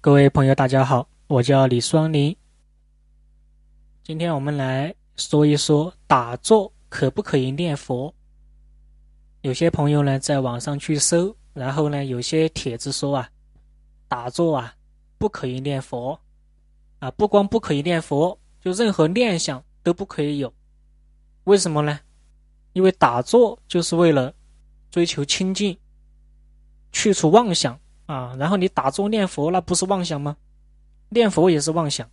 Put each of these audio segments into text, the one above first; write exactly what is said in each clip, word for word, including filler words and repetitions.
各位朋友大家好，我叫李双林。今天我们来说一说打坐可不可以念佛。有些朋友呢在网上去搜，然后呢有些帖子说啊，打坐啊不可以念佛啊，不光不可以念佛，就任何念想都不可以有。为什么呢？因为打坐就是为了追求清净，去除妄想啊，然后你打坐念佛，那不是妄想吗？念佛也是妄想。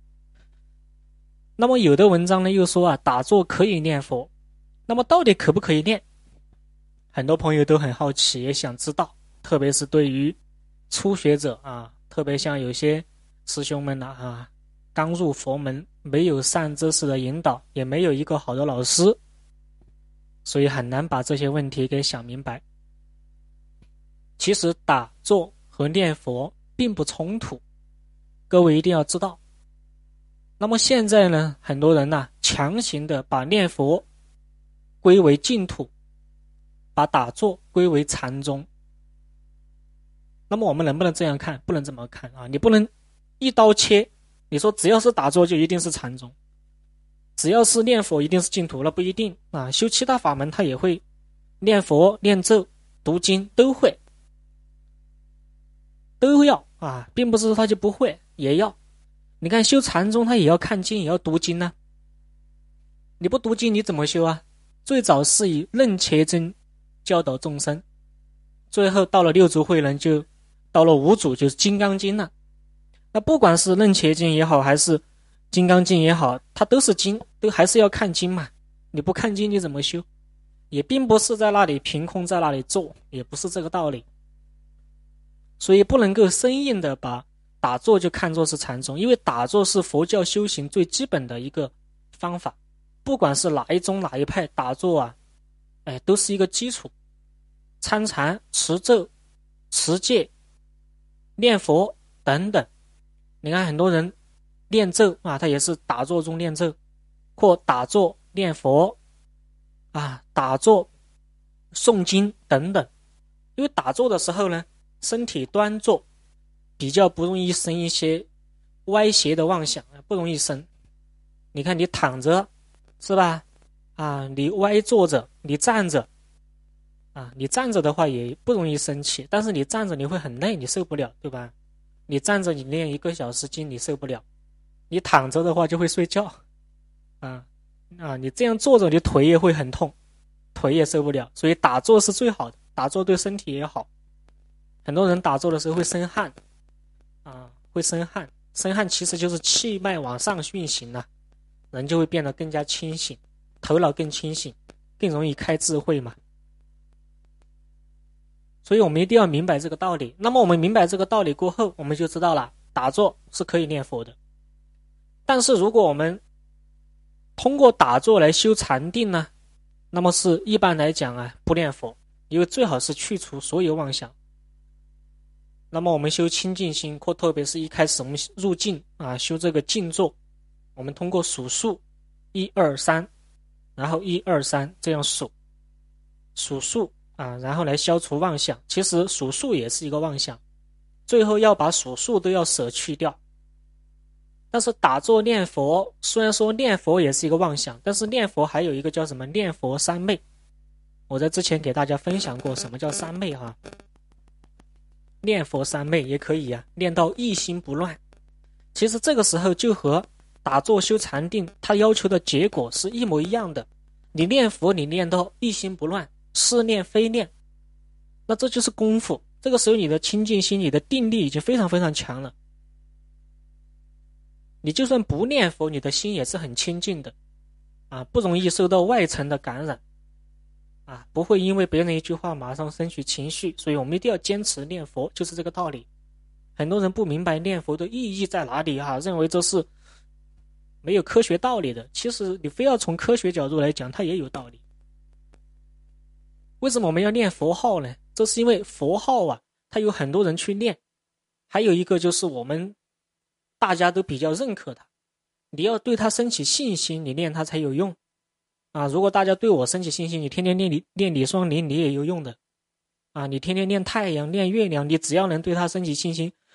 那么有的文章呢又说啊，打坐可以念佛，那么到底可不可以念？很多朋友都很好奇，也想知道，特别是对于初学者啊，特别像有些师兄们呢啊，刚入佛门，没有善知识的引导，也没有一个好的老师，所以很难把这些问题给想明白。其实打坐和念佛并不冲突，各位一定要知道。那么现在呢，很多人呢、啊、强行的把念佛归为净土，把打坐归为禅宗。那么我们能不能这样看？不能这么看啊！你不能一刀切，你说只要是打坐就一定是禅宗，只要是念佛一定是净土，那不一定啊。修其他法门他也会念佛、念咒、读经都会。都要啊，并不是说他就不会，也要。你看修禅宗他也要看经，也要读经呢、啊。你不读经你怎么修啊？最早是以楞伽经教导众生，最后到了六祖慧能，就到了五祖就是金刚经了。那不管是楞伽经也好，还是金刚经也好，它都是经，都还是要看经嘛。你不看经你怎么修？也并不是在那里凭空在那里做，也不是这个道理。所以不能够生硬的把打坐就看作是禅宗，因为打坐是佛教修行最基本的一个方法，不管是哪一宗哪一派，打坐啊，哎，都是一个基础。参禅、持咒、持戒、念佛等等，你看很多人念咒啊，他也是打坐中念咒，或打坐念佛啊，打坐诵经等等。因为打坐的时候呢，身体端坐，比较不容易生一些歪斜的妄想，不容易生。你看你躺着是吧？啊，你歪坐着，你站着啊，你站着的话也不容易生气，但是你站着你会很累，你受不了，对吧？你站着你练一个小时经你受不了，你躺着的话就会睡觉啊啊，你这样坐着你腿也会很痛，腿也受不了，所以打坐是最好的，打坐对身体也好。很多人打坐的时候会生汗啊，会生汗，生汗其实就是气脉往上运行了、啊，人就会变得更加清醒，头脑更清醒，更容易开智慧嘛。所以我们一定要明白这个道理。那么我们明白这个道理过后，我们就知道了，打坐是可以念佛的。但是如果我们通过打坐来修禅定呢，那么是一般来讲啊，不念佛，因为最好是去除所有妄想。那么我们修清净心，或特别是一开始我们入静啊，修这个静坐，我们通过数数一二三，然后一二三这样数数数啊，然后来消除妄想。其实数数也是一个妄想，最后要把数数都要舍去掉。但是打坐念佛，虽然说念佛也是一个妄想，但是念佛还有一个叫什么念佛三昧。我在之前给大家分享过什么叫三昧哈、啊。念佛三昧也可以啊，念到一心不乱。其实这个时候就和打坐修禅定它要求的结果是一模一样的。你念佛你念到一心不乱，是念非念，那这就是功夫。这个时候你的清净心，你的定力已经非常非常强了。你就算不念佛，你的心也是很清净的啊，不容易受到外层的感染啊，不会因为别人一句话马上生起情绪。所以我们一定要坚持念佛，就是这个道理。很多人不明白念佛的意义在哪里啊，认为这是没有科学道理的。其实你非要从科学角度来讲，它也有道理。为什么我们要念佛号呢？这是因为佛号啊，它有很多人去念，还有一个就是我们大家都比较认可它，你要对它升起信心，你念它才有用啊！如果大家对我升起信心，你天天念李念李双林，你也有用的啊！你天天念太阳、念月亮，你只要能对它升起信心，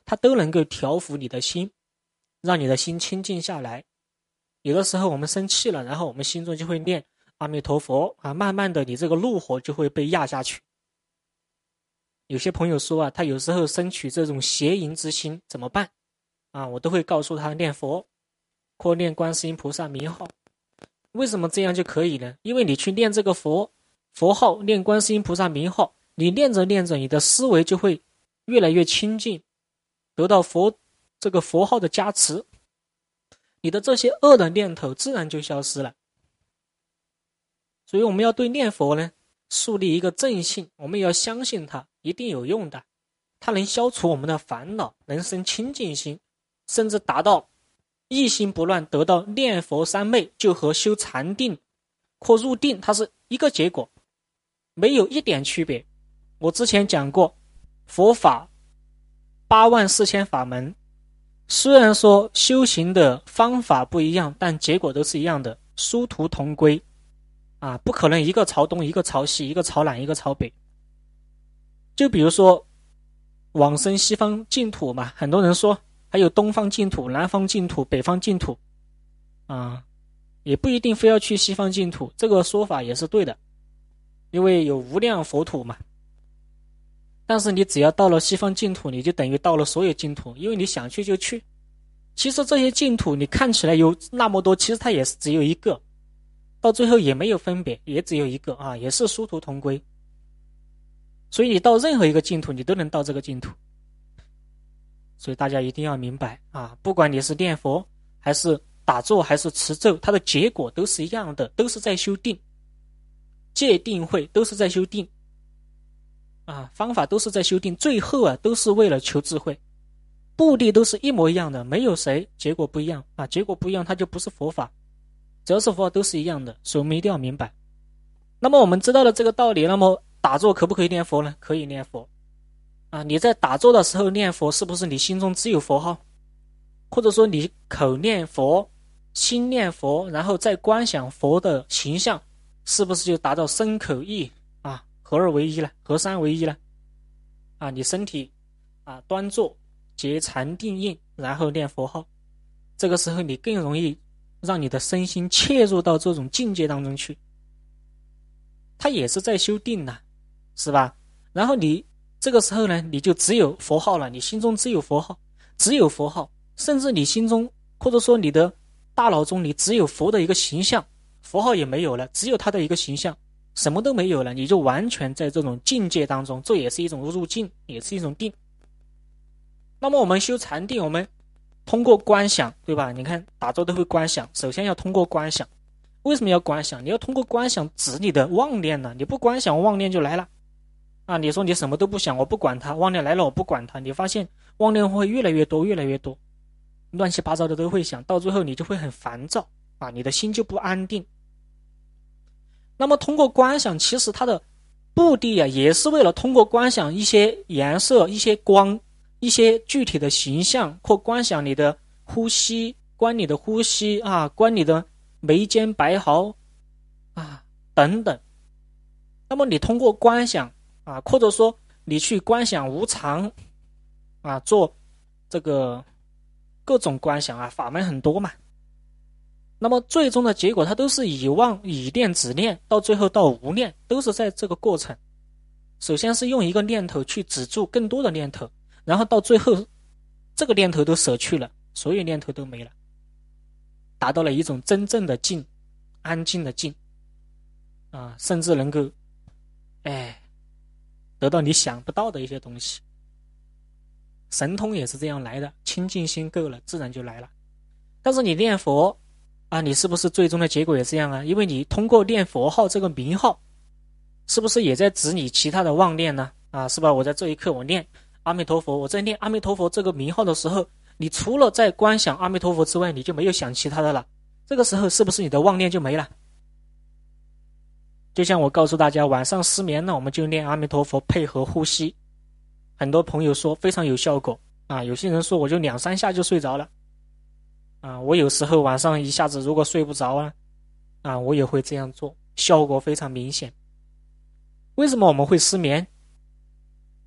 它都能够调伏你的心，让你的心清静下来。有的时候我们生气了，然后我们心中就会念阿弥陀佛啊，慢慢的你这个怒火就会被压下去。有些朋友说啊，他有时候生起这种邪淫之心怎么办啊？我都会告诉他念佛或念观世音菩萨名号。为什么这样就可以呢？因为你去念这个佛佛号，念观世音菩萨名号，你念着念着，你的思维就会越来越清净，得到佛这个佛号的加持，你的这些恶的念头自然就消失了。所以我们要对念佛呢树立一个正信，我们也要相信它一定有用的，它能消除我们的烦恼，能生清净心，甚至达到一心不乱，得到念佛三昧，就和修禅定或入定它是一个结果，没有一点区别。我之前讲过，佛法八万四千法门，虽然说修行的方法不一样，但结果都是一样的，殊途同归啊，不可能一个朝东一个朝西，一个朝南一个朝北。就比如说往生西方净土嘛，很多人说还有东方净土、南方净土、北方净土啊，也不一定非要去西方净土，这个说法也是对的，因为有无量佛土嘛。但是你只要到了西方净土，你就等于到了所有净土，因为你想去就去。其实这些净土你看起来有那么多，其实它也是只有一个，到最后也没有分别，也只有一个啊，也是殊途同归。所以你到任何一个净土，你都能到这个净土。所以大家一定要明白啊，不管你是念佛还是打坐还是持咒，它的结果都是一样的，都是在修定，戒定慧都是在修定啊，方法都是在修定，最后啊都是为了求智慧，目的都是一模一样的，没有谁结果不一样啊，结果不一样它就不是佛法，只要是佛法都是一样的，所以我们一定要明白。那么我们知道了这个道理，那么打坐可不可以念佛呢？可以念佛啊，你在打坐的时候念佛，是不是你心中只有佛号？或者说你口念佛、心念佛，然后再观想佛的形象，是不是就达到身口意啊合二为一了，合三为一了啊？你身体啊端坐结禅定印，然后念佛号，这个时候你更容易让你的身心切入到这种境界当中去，它也是在修定呢，是吧？然后你这个时候呢，你就只有佛号了，你心中只有佛号，只有佛号，甚至你心中或者说你的大脑中你只有佛的一个形象，佛号也没有了，只有他的一个形象，什么都没有了，你就完全在这种境界当中，这也是一种入境，也是一种定。那么我们修禅定，我们通过观想，对吧？你看打坐都会观想，首先要通过观想。为什么要观想？你要通过观想止你的妄念呢，你不观想妄念就来了啊！你说你什么都不想，我不管它，妄念来了我不管它，你发现妄念会越来越多越来越多，乱七八糟的都会想，到最后你就会很烦躁啊，你的心就不安定。那么通过观想，其实它的目的啊，也是为了通过观想一些颜色、一些光、一些具体的形象，或观想你的呼吸，观你的呼吸啊，观你的眉间白毫啊等等。那么你通过观想啊，或者说你去观想无常啊，做这个各种观想啊，法门很多嘛。那么最终的结果，它都是以妄以念止念，到最后到无念，都是在这个过程。首先是用一个念头去止住更多的念头，然后到最后这个念头都舍去了，所有念头都没了，达到了一种真正的静，安静的静啊，甚至能够哎得到你想不到的一些东西。神通也是这样来的，清净心够了，自然就来了。但是你念佛啊，你是不是最终的结果也这样啊？因为你通过念佛号这个名号，是不是也在指你其他的妄念呢？啊，是吧？我在这一刻我念阿弥陀佛，我在念阿弥陀佛这个名号的时候，你除了在观想阿弥陀佛之外，你就没有想其他的了。这个时候是不是你的妄念就没了？就像我告诉大家，晚上失眠了，我们就念阿弥陀佛，配合呼吸。很多朋友说非常有效果啊，有些人说我就两三下就睡着了啊。我有时候晚上一下子如果睡不着啊，啊，我也会这样做，效果非常明显。为什么我们会失眠？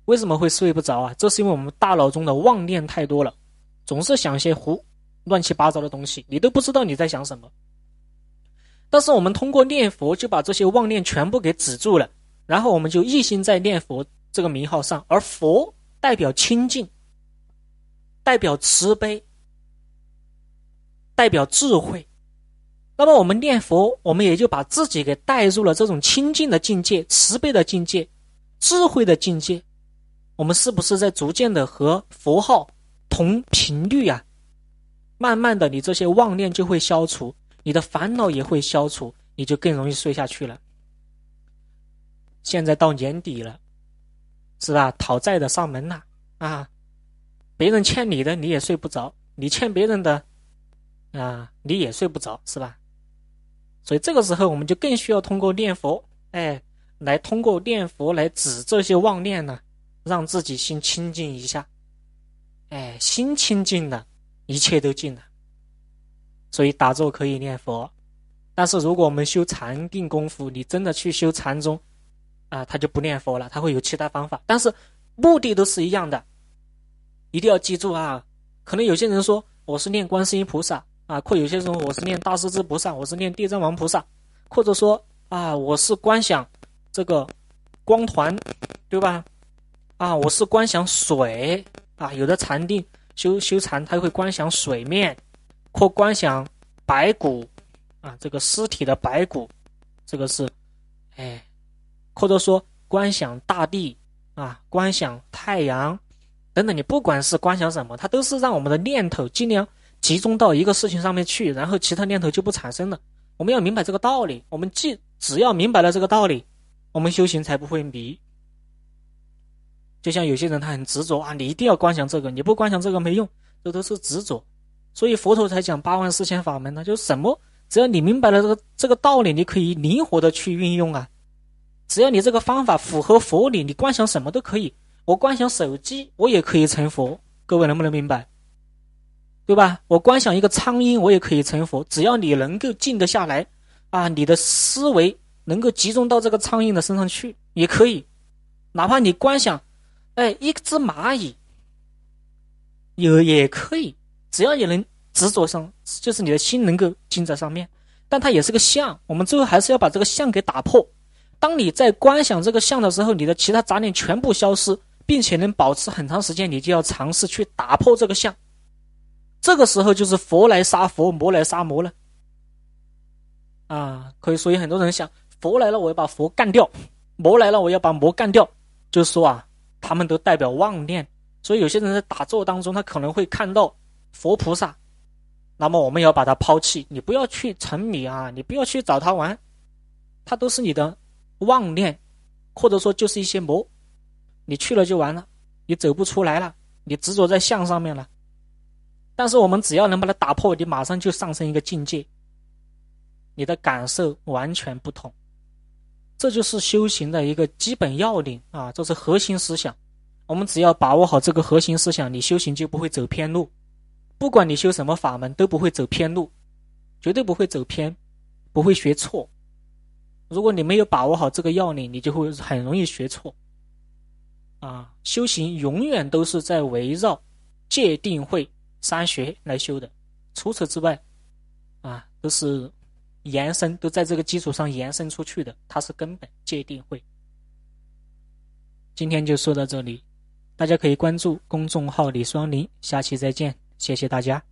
为什么会睡不着啊？这是因为我们大脑中的妄念太多了，总是想些胡乱七八糟的东西，你都不知道你在想什么。但是我们通过念佛就把这些妄念全部给止住了，然后我们就一心在念佛这个名号上，而佛代表清净，代表慈悲，代表智慧。那么我们念佛，我们也就把自己给带入了这种清净的境界、慈悲的境界、智慧的境界。我们是不是在逐渐的和佛号同频率啊？慢慢的你这些妄念就会消除，你的烦恼也会消除，你就更容易睡下去了。现在到年底了，是吧？讨债的上门了啊！别人欠你的你也睡不着，你欠别人的啊你也睡不着，是吧？所以这个时候我们就更需要通过念佛，哎，来通过念佛来止这些妄念呢，让自己心清净一下。哎，心清净了，一切都净了。所以打坐可以念佛，但是如果我们修禅定功夫，你真的去修禅宗啊，他就不念佛了，他会有其他方法，但是目的都是一样的。一定要记住啊！可能有些人说我是念观世音菩萨啊，或有些人说我是念大势至菩萨，我是念地藏王菩萨，或者说啊我是观想这个光团，对吧？啊我是观想水啊，有的禅定修修禅他会观想水面，或观想白骨啊，这个尸体的白骨，这个是哎，或者说观想大地啊，观想太阳等等，你不管是观想什么，它都是让我们的念头尽量集中到一个事情上面去，然后其他念头就不产生了。我们要明白这个道理，我们既只要明白了这个道理，我们修行才不会迷。就像有些人他很执着啊，你一定要观想这个，你不观想这个没用，这都是执着。所以佛陀才讲八万四千法门呢，就是什么，只要你明白了这个这个道理，你可以灵活的去运用啊。只要你这个方法符合佛理，你观想什么都可以。我观想手机，我也可以成佛，各位能不能明白？对吧？我观想一个苍蝇，我也可以成佛，只要你能够静得下来啊，你的思维能够集中到这个苍蝇的身上去，也可以。哪怕你观想哎一只蚂蚁也也可以，只要你能执着上，就是你的心能够静在上面。但它也是个相，我们最后还是要把这个相给打破。当你在观想这个相的时候，你的其他杂念全部消失，并且能保持很长时间，你就要尝试去打破这个相。这个时候就是佛来杀佛，魔来杀魔了啊！可以，所以很多人想，佛来了我要把佛干掉，魔来了我要把魔干掉，就是说啊，他们都代表妄念。所以有些人在打坐当中，他可能会看到佛菩萨，那么我们要把它抛弃，你不要去沉迷啊，你不要去找他玩，他都是你的妄念，或者说就是一些魔，你去了就完了，你走不出来了，你执着在相上面了。但是我们只要能把它打破，你马上就上升一个境界，你的感受完全不同。这就是修行的一个基本要领啊，这是核心思想。我们只要把握好这个核心思想，你修行就不会走偏路。不管你修什么法门，都不会走偏路，绝对不会走偏，不会学错。如果你没有把握好这个要领，你就会很容易学错啊。修行永远都是在围绕戒定慧三学来修的，除此之外啊，都是延伸，都在这个基础上延伸出去的，它是根本戒定慧。今天就说到这里，大家可以关注公众号李双林，下期再见，谢谢大家。